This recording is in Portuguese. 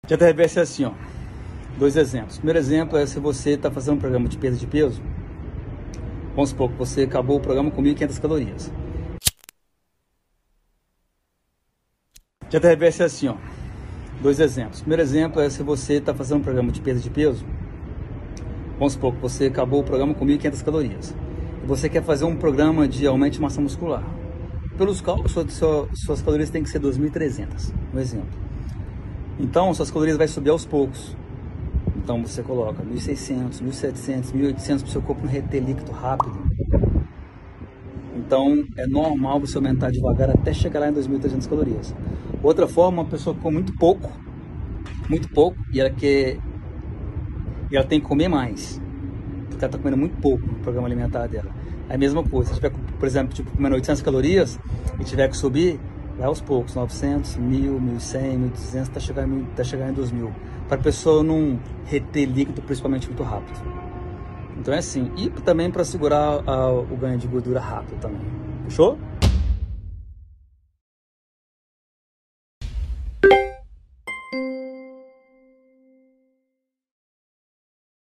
Já deve ser assim, ó. Dois exemplos. Primeiro exemplo é se você está fazendo um programa de perda de peso. Vamos supor que você acabou o programa com 1.500 calorias. Já deve ser assim, ó. Dois exemplos. Primeiro exemplo é se você está fazendo um programa de perda de peso. Vamos supor que você acabou o programa com 1.500 calorias. E você quer fazer um programa de aumento de massa muscular. Pelos cálculos, suas calorias têm que ser 2.300, um exemplo. Então, suas calorias vai subir aos poucos. Então, você coloca 1.600, 1.700, 1.800 para o seu corpo não reter líquido rápido. Então, é normal você aumentar devagar até chegar lá em 2.300 calorias. Outra forma, uma pessoa com muito pouco, e ela tem que comer mais, porque ela está comendo muito pouco no programa alimentar dela. É a mesma coisa, se tiver, por exemplo, comendo 800 calorias e tiver que subir, vai aos poucos, 900, 1.000, 1.100, 1.200, até chegar em 2.000, para a pessoa não reter líquido, principalmente muito rápido. Então é assim, e também para segurar o ganho de gordura rápido também, fechou?